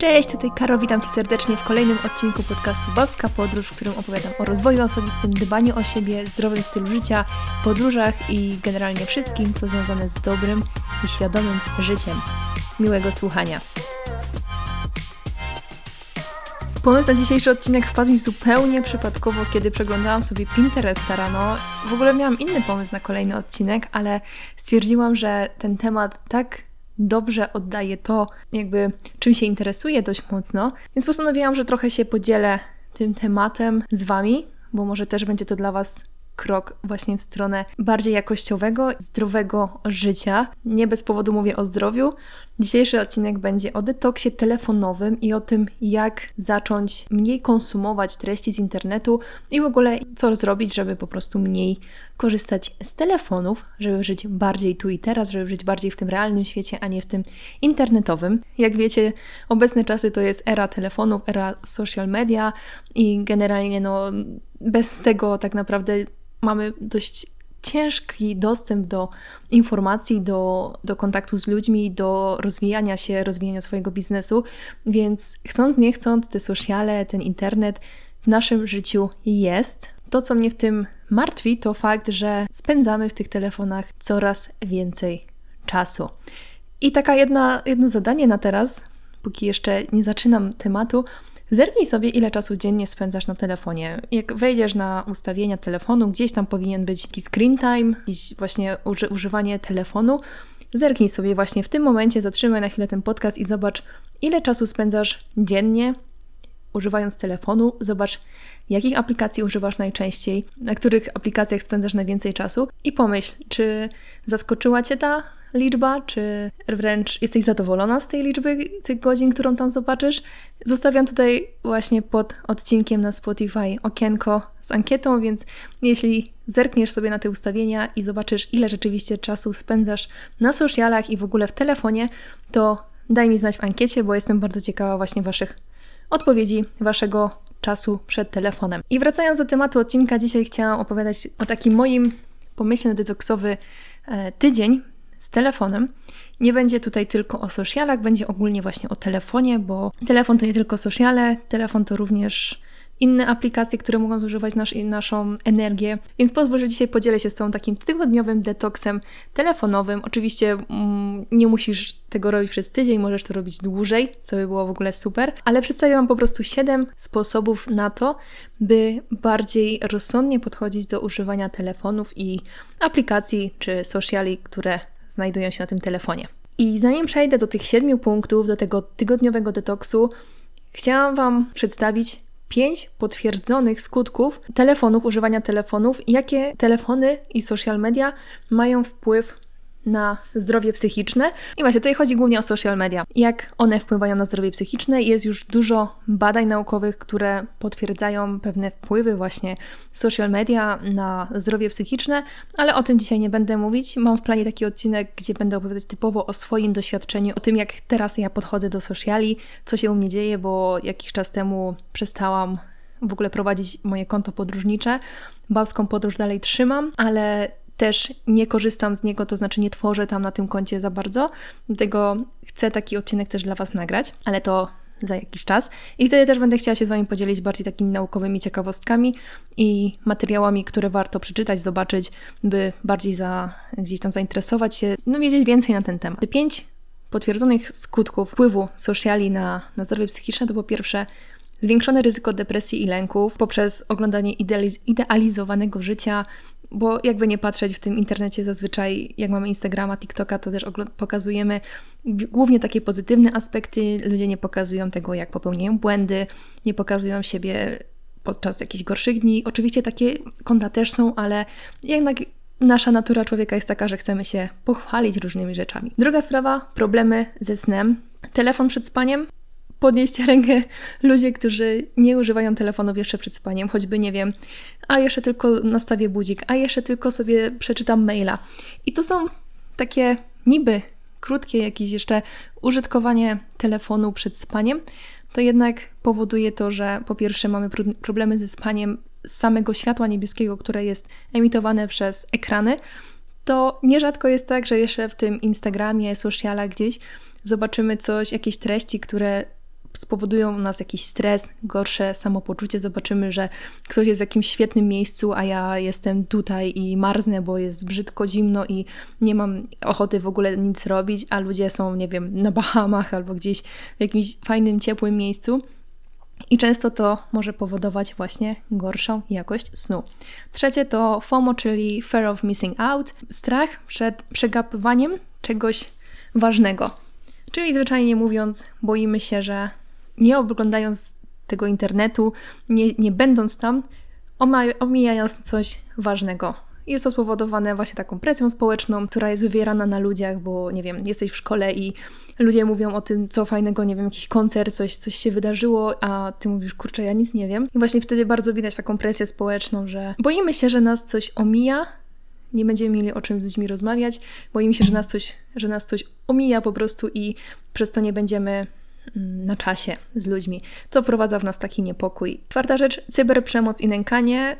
Cześć, tutaj Karo, witam Cię serdecznie w kolejnym odcinku podcastu Babska Podróż, w którym opowiadam o rozwoju osobistym, dbaniu o siebie, zdrowym stylu życia, podróżach i generalnie wszystkim, co związane z dobrym i świadomym życiem. Miłego słuchania. Pomysł na dzisiejszy odcinek wpadł mi zupełnie przypadkowo, kiedy przeglądałam sobie Pinteresta rano. W ogóle miałam inny pomysł na kolejny odcinek, ale stwierdziłam, że ten temat tak dobrze oddaje to, czym się interesuję dość mocno, więc postanowiłam, że trochę się podzielę tym tematem z Wami, bo może też będzie to dla Was krok właśnie w stronę bardziej jakościowego, zdrowego życia. Nie bez powodu mówię o zdrowiu. Dzisiejszy odcinek będzie o detoksie telefonowym i o tym, jak zacząć mniej konsumować treści z internetu i w ogóle co zrobić, żeby po prostu mniej korzystać z telefonów, żeby żyć bardziej tu i teraz, żeby żyć bardziej w tym realnym świecie, a nie w tym internetowym. Jak wiecie, obecne czasy to jest era telefonów, era social media i generalnie bez tego tak naprawdę mamy dość ciężki dostęp do informacji, do kontaktu z ludźmi, do rozwijania swojego biznesu, więc chcąc, nie chcąc, te sociale, ten internet w naszym życiu jest. To, co mnie w tym martwi, to fakt, że spędzamy w tych telefonach coraz więcej czasu. I jedno zadanie na teraz, póki jeszcze nie zaczynam tematu, zerknij sobie, ile czasu dziennie spędzasz na telefonie. Jak wejdziesz na ustawienia telefonu, gdzieś tam powinien być taki screen time, jakieś właśnie używanie telefonu. Zerknij sobie właśnie w tym momencie, zatrzymaj na chwilę ten podcast i zobacz, ile czasu spędzasz dziennie używając telefonu. Zobacz, jakich aplikacji używasz najczęściej, na których aplikacjach spędzasz najwięcej czasu i pomyśl, czy zaskoczyła Cię ta liczba, czy wręcz jesteś zadowolona z tej liczby tych godzin, którą tam zobaczysz. Zostawiam tutaj właśnie pod odcinkiem na Spotify okienko z ankietą, więc jeśli zerkniesz sobie na te ustawienia i zobaczysz, ile rzeczywiście czasu spędzasz na socialach i w ogóle w telefonie, to daj mi znać w ankiecie, bo jestem bardzo ciekawa właśnie Waszych odpowiedzi, Waszego czasu przed telefonem. I wracając do tematu odcinka, dzisiaj chciałam opowiadać o takim moim pomyśle na detoksowy tydzień z telefonem. Nie będzie tutaj tylko o socialach, będzie ogólnie właśnie o telefonie, bo telefon to nie tylko sociale, telefon to również inne aplikacje, które mogą zużywać naszą energię. Więc pozwól, że dzisiaj podzielę się z Tobą takim tygodniowym detoksem telefonowym. Oczywiście nie musisz tego robić przez tydzień, możesz to robić dłużej, co by było w ogóle super, ale przedstawiłam po prostu 7 sposobów na to, by bardziej rozsądnie podchodzić do używania telefonów i aplikacji czy sociali, które znajdują się na tym telefonie. I zanim przejdę do tych 7 punktów, do tego tygodniowego detoksu, chciałam Wam przedstawić 5 potwierdzonych skutków używania telefonów, jakie telefony i social media mają wpływ na zdrowie psychiczne. I właśnie tutaj chodzi głównie o social media. Jak one wpływają na zdrowie psychiczne? Jest już dużo badań naukowych, które potwierdzają pewne wpływy właśnie social media na zdrowie psychiczne, ale o tym dzisiaj nie będę mówić. Mam w planie taki odcinek, gdzie będę opowiadać typowo o swoim doświadczeniu, o tym, jak teraz ja podchodzę do sociali, co się u mnie dzieje, bo jakiś czas temu przestałam w ogóle prowadzić moje konto podróżnicze. Babską Podróż dalej trzymam, ale też nie korzystam z niego, to znaczy nie tworzę tam na tym koncie za bardzo. Dlatego chcę taki odcinek też dla Was nagrać, ale to za jakiś czas. I wtedy też będę chciała się z Wami podzielić bardziej takimi naukowymi ciekawostkami i materiałami, które warto przeczytać, zobaczyć, by bardziej gdzieś tam zainteresować się, wiedzieć więcej na ten temat. 5 potwierdzonych skutków wpływu sociali na zdrowie psychiczne to po pierwsze zwiększone ryzyko depresji i lęków poprzez oglądanie idealizowanego życia, bo jakby nie patrzeć w tym internecie zazwyczaj, jak mamy Instagrama, TikToka, to też pokazujemy głównie takie pozytywne aspekty. Ludzie nie pokazują tego, jak popełniają błędy, nie pokazują siebie podczas jakichś gorszych dni. Oczywiście takie konta też są, ale jednak nasza natura człowieka jest taka, że chcemy się pochwalić różnymi rzeczami. Druga sprawa, problemy ze snem. Telefon przed spaniem. Podnieście rękę ludzie, którzy nie używają telefonów jeszcze przed spaniem, choćby nie wiem, a jeszcze tylko nastawię budzik, a jeszcze tylko sobie przeczytam maila. I to są takie niby krótkie jakieś jeszcze użytkowanie telefonu przed spaniem, to jednak powoduje to, że po pierwsze mamy problemy ze spaniem z samego światła niebieskiego, które jest emitowane przez ekrany. To nierzadko jest tak, że jeszcze w tym Instagramie, socialach gdzieś zobaczymy jakieś treści, które spowodują u nas jakiś stres, gorsze samopoczucie. Zobaczymy, że ktoś jest w jakimś świetnym miejscu, a ja jestem tutaj i marznę, bo jest brzydko, zimno i nie mam ochoty w ogóle nic robić, a ludzie są, nie wiem, na Bahamach albo gdzieś w jakimś fajnym, ciepłym miejscu. I często to może powodować właśnie gorszą jakość snu. Trzecie to FOMO, czyli Fear of Missing Out, strach przed przegapiwaniem czegoś ważnego. Czyli zwyczajnie mówiąc, boimy się, że nie oglądając tego internetu, nie będąc tam, omijając coś ważnego. Jest to spowodowane właśnie taką presją społeczną, która jest wywierana na ludziach, bo nie wiem, jesteś w szkole i ludzie mówią o tym, co fajnego, nie wiem, jakiś koncert, coś się wydarzyło, a ty mówisz, kurczę, ja nic nie wiem. I właśnie wtedy bardzo widać taką presję społeczną, że boimy się, że nas coś omija, nie będziemy mieli o czym z ludźmi rozmawiać, boimy się, że nas coś omija po prostu i przez to nie będziemy na czasie z ludźmi. To wprowadza w nas taki niepokój. Czwarta rzecz, cyberprzemoc i nękanie.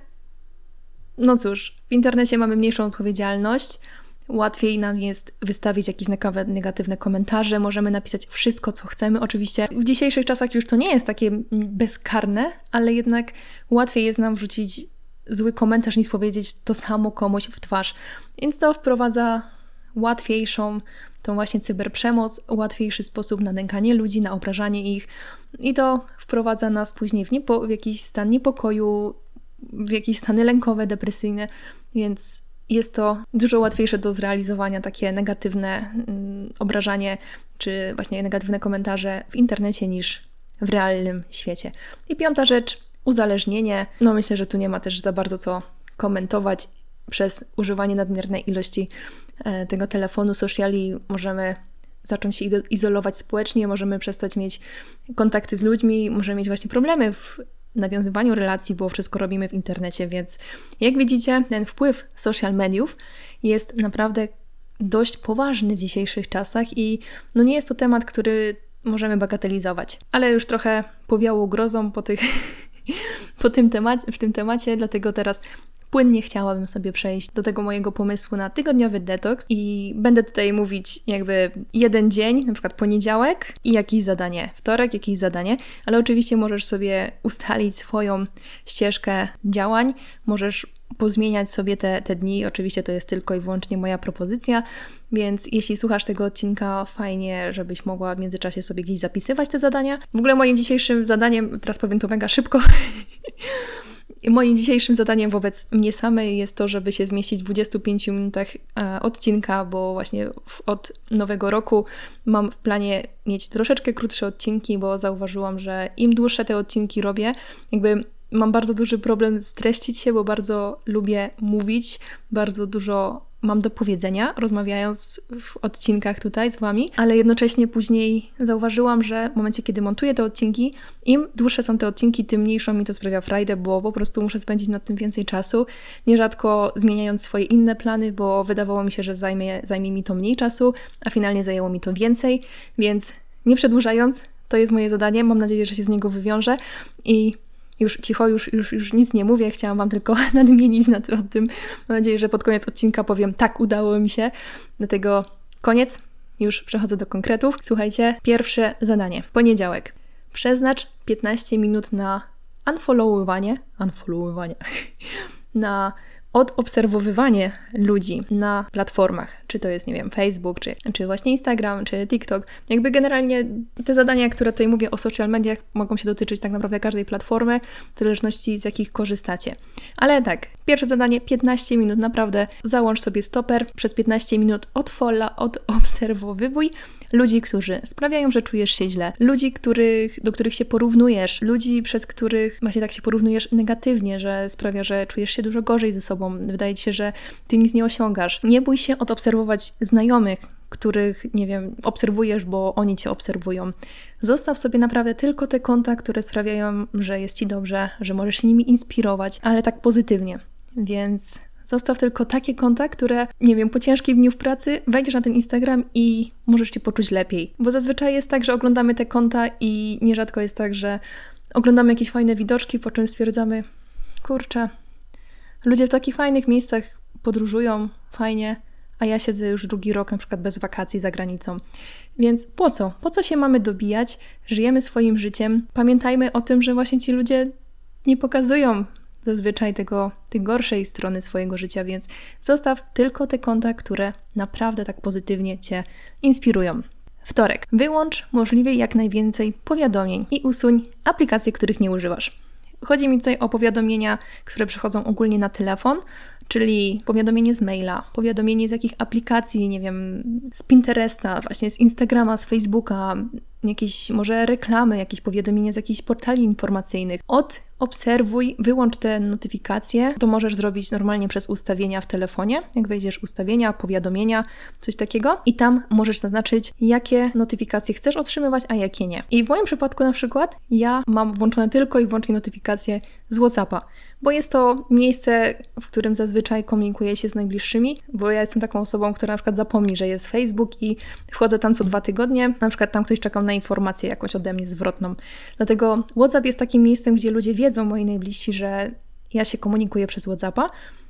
No cóż, w internecie mamy mniejszą odpowiedzialność, łatwiej nam jest wystawić jakieś negatywne komentarze, możemy napisać wszystko, co chcemy. Oczywiście w dzisiejszych czasach już to nie jest takie bezkarne, ale jednak łatwiej jest nam wrzucić zły komentarz niż powiedzieć to samo komuś w twarz. Więc to wprowadza łatwiejszą tą właśnie cyberprzemoc, łatwiejszy sposób na nękanie ludzi, na obrażanie ich i to wprowadza nas później w jakiś stan niepokoju, w jakieś stany lękowe, depresyjne, więc jest to dużo łatwiejsze do zrealizowania takie negatywne obrażanie czy właśnie negatywne komentarze w internecie niż w realnym świecie. I piąta rzecz, uzależnienie. No myślę, że tu nie ma też za bardzo co komentować. Przez używanie nadmiernej ilości tego telefonu, sociali możemy zacząć się izolować społecznie, możemy przestać mieć kontakty z ludźmi, możemy mieć właśnie problemy w nawiązywaniu relacji, bo wszystko robimy w internecie, więc jak widzicie, ten wpływ social mediów jest naprawdę dość poważny w dzisiejszych czasach i no nie jest to temat, który możemy bagatelizować. Ale już trochę powiało grozą w tym temacie, dlatego teraz płynnie chciałabym sobie przejść do tego mojego pomysłu na tygodniowy detoks i będę tutaj mówić jakby jeden dzień, na przykład poniedziałek i jakieś zadanie, wtorek jakieś zadanie, ale oczywiście możesz sobie ustalić swoją ścieżkę działań, możesz pozmieniać sobie te dni, oczywiście to jest tylko i wyłącznie moja propozycja, więc jeśli słuchasz tego odcinka, fajnie, żebyś mogła w międzyczasie sobie gdzieś zapisywać te zadania. W ogóle moim dzisiejszym zadaniem, teraz powiem to mega szybko, moim dzisiejszym zadaniem wobec mnie samej jest to, żeby się zmieścić w 25 minutach odcinka, bo właśnie od nowego roku mam w planie mieć troszeczkę krótsze odcinki, bo zauważyłam, że im dłuższe te odcinki robię, jakby mam bardzo duży problem streścić się, bo bardzo lubię mówić, bardzo dużo mam do powiedzenia, rozmawiając w odcinkach tutaj z Wami, ale jednocześnie później zauważyłam, że w momencie, kiedy montuję te odcinki, im dłuższe są te odcinki, tym mniejszą mi to sprawia frajdę, bo po prostu muszę spędzić nad tym więcej czasu, nierzadko zmieniając swoje inne plany, bo wydawało mi się, że zajmie mi to mniej czasu, a finalnie zajęło mi to więcej, więc nie przedłużając, to jest moje zadanie, mam nadzieję, że się z niego wywiążę i już cicho, już nic nie mówię, chciałam Wam tylko nadmienić o tym. Mam nadzieję, że pod koniec odcinka powiem, tak, udało mi się. Dlatego koniec, już przechodzę do konkretów. Słuchajcie, pierwsze zadanie. Poniedziałek. Przeznacz 15 minut na unfollowowanie, na odobserwowywanie ludzi na platformach, czy to jest, nie wiem, Facebook, czy właśnie Instagram, czy TikTok. Jakby generalnie te zadania, które tutaj mówię o social mediach, mogą się dotyczyć tak naprawdę każdej platformy, w zależności z jakich korzystacie. Ale tak, pierwsze zadanie, 15 minut, naprawdę załącz sobie stoper, przez 15 minut odobserwowywuj ludzi, którzy sprawiają, że czujesz się źle, ludzi, do których się porównujesz, ludzi, przez których właśnie tak się porównujesz negatywnie, że sprawia, że czujesz się dużo gorzej ze sobą, wydaje Ci się, że Ty nic nie osiągasz. Nie bój się odobserwować znajomych, których, nie wiem, obserwujesz, bo oni Cię obserwują. Zostaw sobie naprawdę tylko te konta, które sprawiają, że jest Ci dobrze, że możesz się nimi inspirować, ale tak pozytywnie. Więc zostaw tylko takie konta, które, nie wiem, po ciężkim dniu w pracy wejdziesz na ten Instagram i możesz się poczuć lepiej. Bo zazwyczaj jest tak, że oglądamy te konta i nierzadko jest tak, że oglądamy jakieś fajne widoczki, po czym stwierdzamy, kurczę, ludzie w takich fajnych miejscach podróżują, fajnie, a ja siedzę już drugi rok na przykład bez wakacji za granicą. Więc po co? Po co się mamy dobijać? Żyjemy swoim życiem. Pamiętajmy o tym, że właśnie ci ludzie nie pokazują zazwyczaj tej gorszej strony swojego życia, więc zostaw tylko te konta, które naprawdę tak pozytywnie Cię inspirują. Wtorek. Wyłącz możliwie jak najwięcej powiadomień i usuń aplikacje, których nie używasz. Chodzi mi tutaj o powiadomienia, które przychodzą ogólnie na telefon, czyli powiadomienie z maila, powiadomienie z jakich aplikacji, nie wiem, z Pinteresta, właśnie z Instagrama, z Facebooka, jakieś może reklamy, jakieś powiadomienie z jakichś portali informacyjnych. Obserwuj, wyłącz te notyfikacje. To możesz zrobić normalnie przez ustawienia w telefonie. Jak wejdziesz ustawienia, powiadomienia, coś takiego i tam możesz zaznaczyć, jakie notyfikacje chcesz otrzymywać, a jakie nie. I w moim przypadku na przykład ja mam włączone tylko i wyłącznie notyfikacje z WhatsAppa, bo jest to miejsce, w którym zazwyczaj komunikuję się z najbliższymi, bo ja jestem taką osobą, która na przykład zapomni, że jest Facebook i wchodzę tam co 2 tygodnie, na przykład tam ktoś czekał na informację jakąś ode mnie zwrotną. Dlatego WhatsApp jest takim miejscem, gdzie ludzie wiedzą, moi najbliżsi, że ja się komunikuję przez WhatsAppa,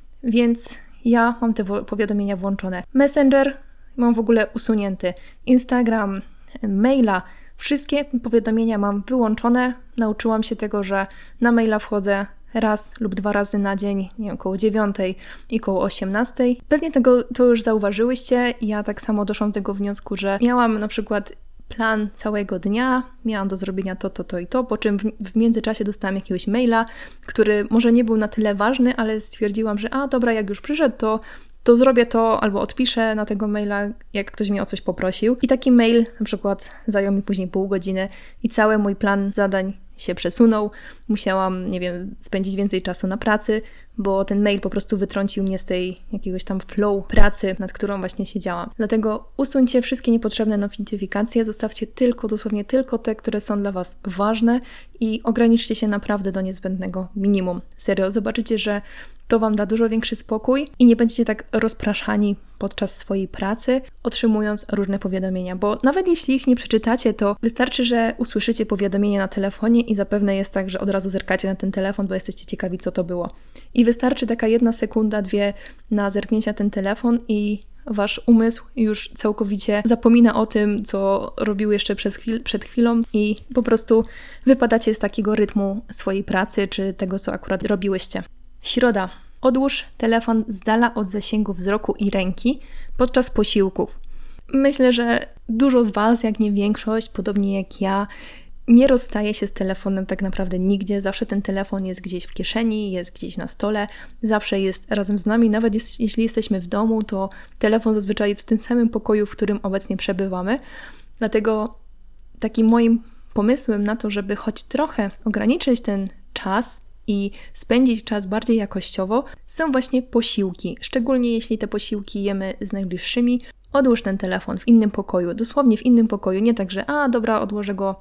więc ja mam te powiadomienia włączone. Messenger mam w ogóle usunięty. Instagram, maila, wszystkie powiadomienia mam wyłączone. Nauczyłam się tego, że na maila wchodzę raz lub 2 razy na dzień, nie wiem, koło 9 i koło 18. Pewnie to już zauważyłyście. Ja tak samo doszłam do tego wniosku, że miałam na przykład plan całego dnia, miałam do zrobienia to i to, po czym w międzyczasie dostałam jakiegoś maila, który może nie był na tyle ważny, ale stwierdziłam, że dobra, jak już przyszedł, to zrobię to albo odpiszę na tego maila, jak ktoś mnie o coś poprosił. I taki mail na przykład zajął mi później pół godziny i cały mój plan zadań się przesunął. Musiałam, nie wiem, spędzić więcej czasu na pracy, bo ten mail po prostu wytrącił mnie z tej jakiegoś tam flow pracy, nad którą właśnie siedziałam. Dlatego usuńcie wszystkie niepotrzebne notyfikacje, zostawcie dosłownie tylko te, które są dla Was ważne i ograniczcie się naprawdę do niezbędnego minimum. Serio, zobaczycie, że to Wam da dużo większy spokój i nie będziecie tak rozpraszani podczas swojej pracy, otrzymując różne powiadomienia, bo nawet jeśli ich nie przeczytacie, to wystarczy, że usłyszycie powiadomienie na telefonie i zapewne jest tak, że od razu zerkacie na ten telefon, bo jesteście ciekawi, co to było. I wystarczy taka 1 sekunda, 2 na zerknięcie na ten telefon i Wasz umysł już całkowicie zapomina o tym, co robił jeszcze przed chwilą i po prostu wypadacie z takiego rytmu swojej pracy, czy tego, co akurat robiłyście. Środa. Odłóż telefon z dala od zasięgu wzroku i ręki podczas posiłków. Myślę, że dużo z Was, jak nie większość, podobnie jak ja, nie rozstaje się z telefonem tak naprawdę nigdzie. Zawsze ten telefon jest gdzieś w kieszeni, jest gdzieś na stole, zawsze jest razem z nami. Nawet jeśli jesteśmy w domu, to telefon zazwyczaj jest w tym samym pokoju, w którym obecnie przebywamy. Dlatego takim moim pomysłem na to, żeby choć trochę ograniczyć ten czas i spędzić czas bardziej jakościowo, są właśnie posiłki. Szczególnie jeśli te posiłki jemy z najbliższymi. Odłóż ten telefon w innym pokoju, dosłownie w innym pokoju. Nie tak, że dobra, odłożę go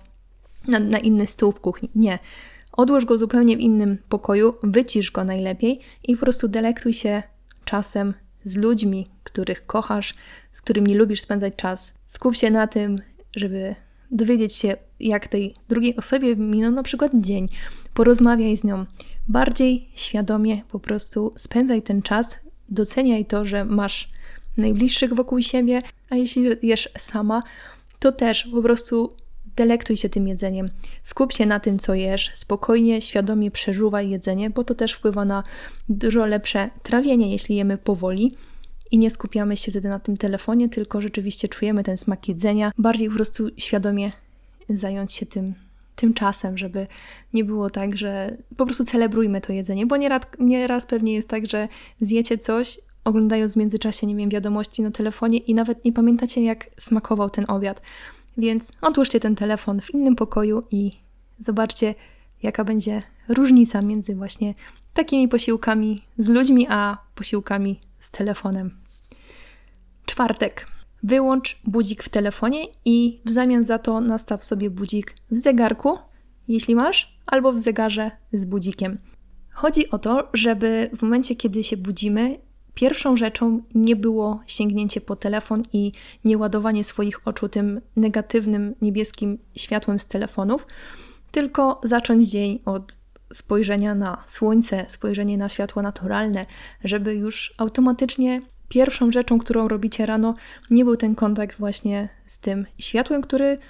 na inny stół w kuchni. Nie. Odłóż go zupełnie w innym pokoju, wycisz go najlepiej i po prostu delektuj się czasem z ludźmi, których kochasz, z którymi lubisz spędzać czas. Skup się na tym, żeby dowiedzieć się, jak tej drugiej osobie minął na przykład dzień. Porozmawiaj z nią. Bardziej świadomie po prostu spędzaj ten czas, doceniaj to, że masz najbliższych wokół siebie, a jeśli jesz sama, to też po prostu delektuj się tym jedzeniem. Skup się na tym, co jesz. Spokojnie, świadomie przeżuwaj jedzenie, bo to też wpływa na dużo lepsze trawienie, jeśli jemy powoli i nie skupiamy się wtedy na tym telefonie, tylko rzeczywiście czujemy ten smak jedzenia. Bardziej po prostu świadomie zająć się tym czasem, żeby nie było tak, że po prostu celebrujmy to jedzenie, bo nieraz pewnie jest tak, że zjecie coś, oglądając w międzyczasie, nie wiem, wiadomości na telefonie i nawet nie pamiętacie, jak smakował ten obiad. Więc odłóżcie ten telefon w innym pokoju i zobaczcie, jaka będzie różnica między właśnie takimi posiłkami z ludźmi, a posiłkami z telefonem. Czwartek. Wyłącz budzik w telefonie i w zamian za to nastaw sobie budzik w zegarku, jeśli masz, albo w zegarze z budzikiem. Chodzi o to, żeby w momencie, kiedy się budzimy, pierwszą rzeczą nie było sięgnięcie po telefon i nie ładowanie swoich oczu tym negatywnym niebieskim światłem z telefonów, tylko zacząć dzień od spojrzenia na słońce, spojrzenie na światło naturalne, żeby już automatycznie pierwszą rzeczą, którą robicie rano, nie był ten kontakt właśnie z tym światłem,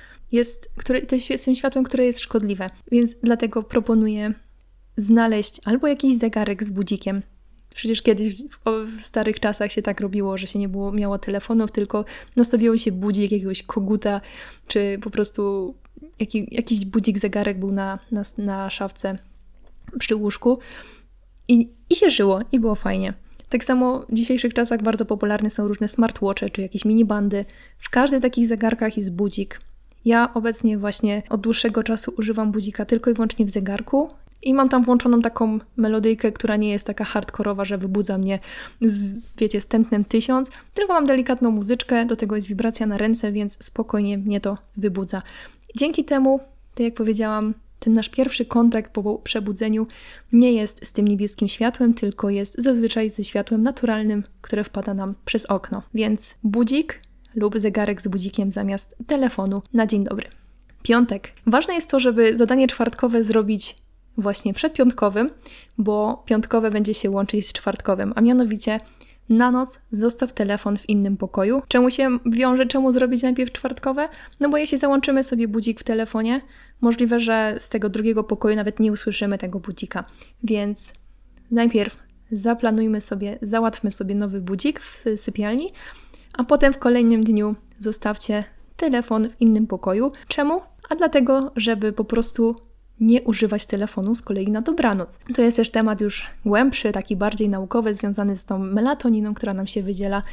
z tym światłem, które jest szkodliwe. Więc dlatego proponuję znaleźć albo jakiś zegarek z budzikiem. Przecież kiedyś w starych czasach się tak robiło, że się nie miało telefonów, tylko nastawiało się budzik jakiegoś koguta, czy po prostu jakiś budzik, zegarek był na szafce przy łóżku i się żyło i było fajnie. Tak samo w dzisiejszych czasach bardzo popularne są różne smartwatche, czy jakieś minibandy. W każdych takich zegarkach jest budzik. Ja obecnie właśnie od dłuższego czasu używam budzika tylko i wyłącznie w zegarku i mam tam włączoną taką melodyjkę, która nie jest taka hardkorowa, że wybudza mnie z tętnem 1000, tylko mam delikatną muzyczkę, do tego jest wibracja na ręce, więc spokojnie mnie to wybudza. Dzięki temu, tak jak powiedziałam, ten nasz pierwszy kontakt po przebudzeniu nie jest z tym niebieskim światłem, tylko jest zazwyczaj ze światłem naturalnym, które wpada nam przez okno. Więc budzik lub zegarek z budzikiem zamiast telefonu na dzień dobry. Piątek. Ważne jest to, żeby zadanie czwartkowe zrobić właśnie przed piątkowym, bo piątkowe będzie się łączyć z czwartkowym, a mianowicie na noc zostaw telefon w innym pokoju. Czemu się wiąże, czemu zrobić najpierw czwartkowe? No bo jeśli załączymy sobie budzik w telefonie, możliwe, że z tego drugiego pokoju nawet nie usłyszymy tego budzika. Więc najpierw załatwmy sobie nowy budzik w sypialni, a potem w kolejnym dniu zostawcie telefon w innym pokoju. Czemu? A dlatego, żeby po prostu nie używać telefonu z kolei na dobranoc. To jest też temat już głębszy, taki bardziej naukowy, związany z tą melatoniną, która nam się wydziela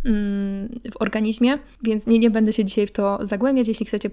w organizmie, więc nie będę się dzisiaj w to zagłębiać. Jeśli chcecie,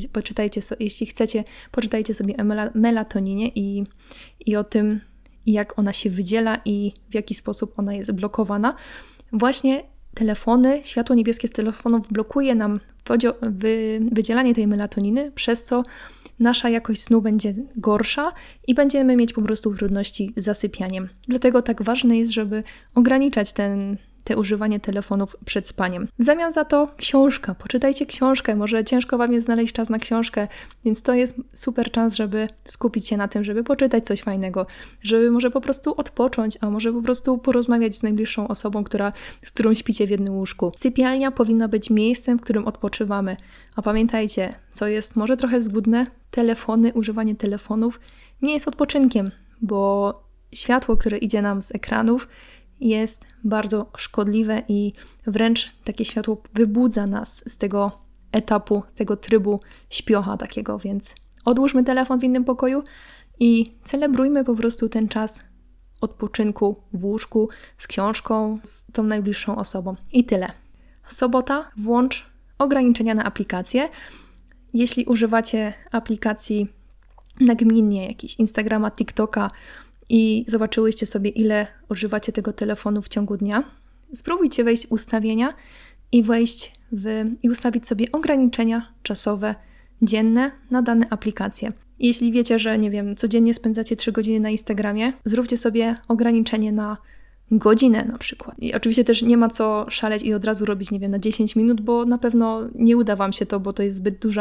poczytajcie sobie o melatoninie i o tym, jak ona się wydziela i w jaki sposób ona jest blokowana. Właśnie telefony, światło niebieskie z telefonów blokuje nam wydzielanie tej melatoniny, przez co nasza jakość snu będzie gorsza i będziemy mieć po prostu trudności z zasypianiem. Dlatego tak ważne jest, żeby ograniczać te używanie telefonów przed spaniem. W zamian za to książka. Poczytajcie książkę. Może ciężko Wam jest znaleźć czas na książkę, więc to jest super czas, żeby skupić się na tym, żeby poczytać coś fajnego, żeby może po prostu odpocząć, a może po prostu porozmawiać z najbliższą osobą, z którą śpicie w jednym łóżku. Sypialnia powinna być miejscem, w którym odpoczywamy. A pamiętajcie, co jest może trochę zgubne, używanie telefonów nie jest odpoczynkiem, bo światło, które idzie nam z ekranów, jest bardzo szkodliwe i wręcz takie światło wybudza nas z tego etapu, tego trybu śpiocha takiego, więc odłóżmy telefon w innym pokoju i celebrujmy po prostu ten czas odpoczynku w łóżku z książką, z tą najbliższą osobą. I tyle. Sobota, włącz ograniczenia na aplikacje. Jeśli używacie aplikacji nagminnie, jakiś Instagrama, TikToka, i zobaczyłyście sobie, ile używacie tego telefonu w ciągu dnia, spróbujcie wejść w ustawienia i ustawić sobie ograniczenia czasowe dzienne na dane aplikacje. Jeśli wiecie, że codziennie spędzacie 3 godziny na Instagramie, zróbcie sobie ograniczenie na godzinę na przykład. I oczywiście też nie ma co szaleć i od razu robić, na 10 minut, bo na pewno nie uda Wam się to, bo to jest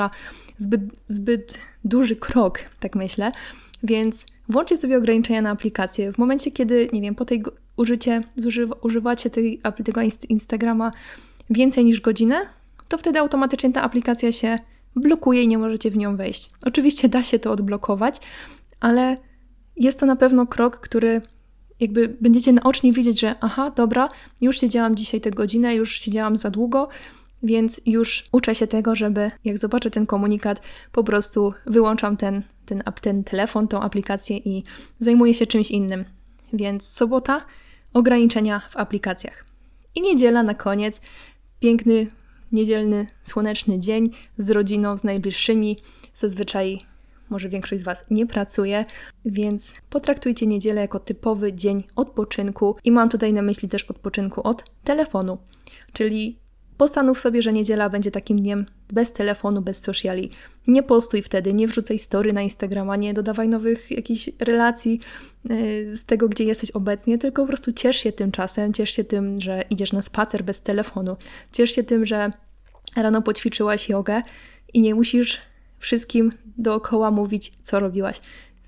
zbyt duży krok, tak myślę. Więc włączcie sobie ograniczenia na aplikacje. W momencie, kiedy, po tej używacie tego Instagrama więcej niż godzinę, to wtedy automatycznie ta aplikacja się blokuje i nie możecie w nią wejść. Oczywiście da się to odblokować, ale jest to na pewno krok, który będziecie naocznie widzieć, że aha, dobra, już siedziałam dzisiaj tę godzinę, już siedziałam za długo, więc już uczę się tego, żeby jak zobaczę ten komunikat, po prostu wyłączam ten telefon, tą aplikację i zajmuję się czymś innym. Więc sobota, ograniczenia w aplikacjach. I niedziela na koniec, piękny, niedzielny, słoneczny dzień z rodziną, z najbliższymi. Zazwyczaj może większość z Was nie pracuje, więc potraktujcie niedzielę jako typowy dzień odpoczynku i mam tutaj na myśli też odpoczynku od telefonu, czyli postanów sobie, że niedziela będzie takim dniem bez telefonu, bez sociali. Nie postuj wtedy, nie wrzucaj story na Instagrama, nie dodawaj nowych jakichś relacji z tego, gdzie jesteś obecnie, tylko po prostu ciesz się tym czasem, ciesz się tym, że idziesz na spacer bez telefonu, ciesz się tym, że rano poćwiczyłaś jogę i nie musisz wszystkim dookoła mówić, co robiłaś.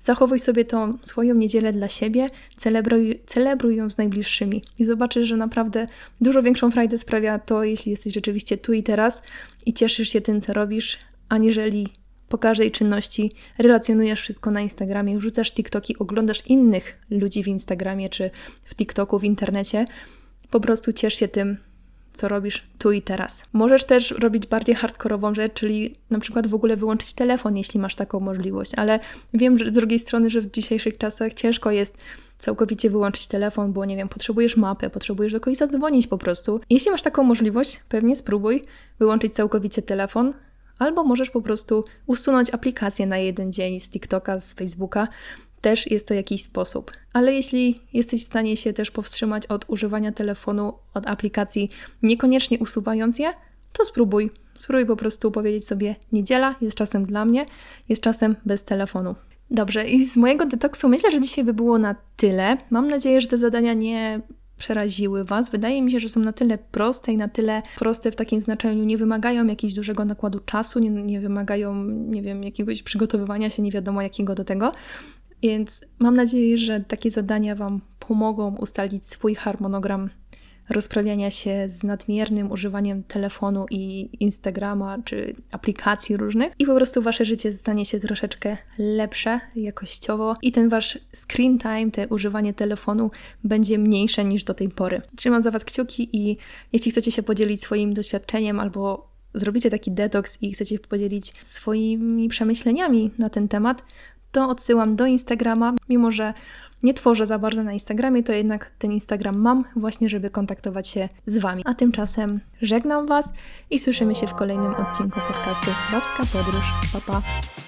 Zachowuj sobie tą swoją niedzielę dla siebie, celebruj ją z najbliższymi i zobaczysz, że naprawdę dużo większą frajdę sprawia to, jeśli jesteś rzeczywiście tu i teraz i cieszysz się tym, co robisz, aniżeli po każdej czynności relacjonujesz wszystko na Instagramie, wrzucasz TikToki, oglądasz innych ludzi w Instagramie czy w TikToku, w internecie. Po prostu ciesz się tym, co robisz tu i teraz. Możesz też robić bardziej hardkorową rzecz, czyli na przykład w ogóle wyłączyć telefon, jeśli masz taką możliwość, ale wiem, że z drugiej strony, że w dzisiejszych czasach ciężko jest całkowicie wyłączyć telefon, bo nie wiem, potrzebujesz mapy, potrzebujesz do kogoś zadzwonić po prostu. Jeśli masz taką możliwość, pewnie spróbuj wyłączyć całkowicie telefon, albo możesz po prostu usunąć aplikację na jeden dzień z TikToka, z Facebooka. Też jest to jakiś sposób. Ale jeśli jesteś w stanie się też powstrzymać od używania telefonu, od aplikacji, niekoniecznie usuwając je, to spróbuj. Spróbuj po prostu powiedzieć sobie: niedziela jest czasem dla mnie, jest czasem bez telefonu. Dobrze, i z mojego detoksu myślę, że dzisiaj by było na tyle. Mam nadzieję, że te zadania nie przeraziły Was. Wydaje mi się, że są na tyle proste i na tyle proste w takim znaczeniu, nie wymagają jakiegoś dużego nakładu czasu, nie wymagają, nie wiem, jakiegoś przygotowywania się nie wiadomo jakiego do tego. Więc mam nadzieję, że takie zadania Wam pomogą ustalić swój harmonogram rozprawiania się z nadmiernym używaniem telefonu i Instagrama czy aplikacji różnych i po prostu Wasze życie stanie się troszeczkę lepsze jakościowo i ten Wasz screen time, te używanie telefonu będzie mniejsze niż do tej pory. Trzymam za Was kciuki i jeśli chcecie się podzielić swoim doświadczeniem albo zrobicie taki detoks i chcecie podzielić swoimi przemyśleniami na ten temat, to odsyłam do Instagrama. Mimo że nie tworzę za bardzo na Instagramie, to jednak ten Instagram mam właśnie, żeby kontaktować się z Wami. A tymczasem żegnam Was i słyszymy się w kolejnym odcinku podcastu Babska Podróż. Pa, pa!